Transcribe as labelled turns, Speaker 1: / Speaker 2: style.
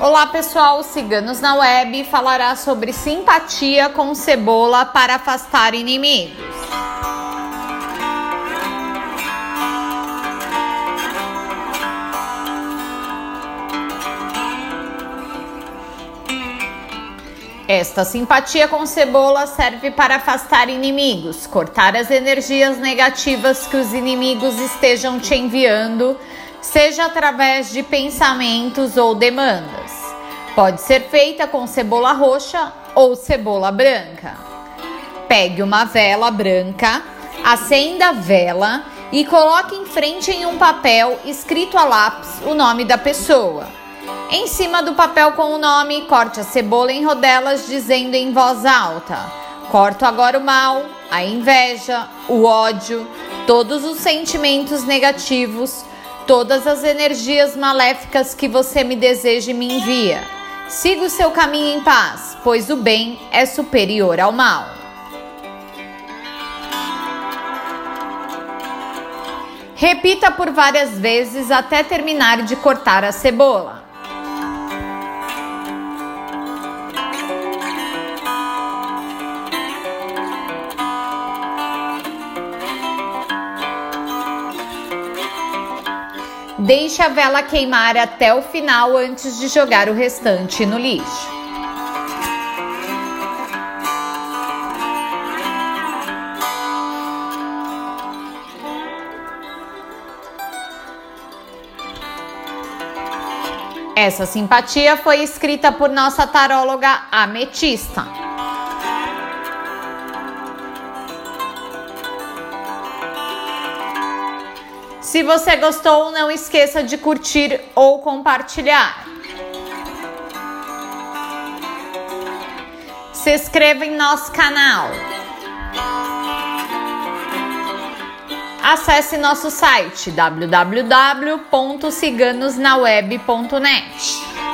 Speaker 1: Olá pessoal, Ciganos na Web falará sobre simpatia com cebola para afastar inimigos. Esta simpatia com cebola serve para afastar inimigos, cortar as energias negativas que os inimigos estejam te enviando, seja através de pensamentos ou demandas. Pode ser feita com cebola roxa ou cebola branca. Pegue uma vela branca, acenda a vela e coloque em frente em um papel escrito a lápis o nome da pessoa. Em cima do papel com o nome, corte a cebola em rodelas dizendo em voz alta: corto agora o mal, a inveja, o ódio, todos os sentimentos negativos, todas as energias maléficas que você me deseja e me envia. Siga o seu caminho em paz, pois o bem é superior ao mal. Repita por várias vezes até terminar de cortar a cebola. Deixe a vela queimar até o final antes de jogar o restante no lixo. Essa simpatia foi escrita por nossa taróloga Ametista. Se você gostou, não esqueça de curtir ou compartilhar. Se inscreva em nosso canal. Acesse nosso site www.ciganosnaweb.net.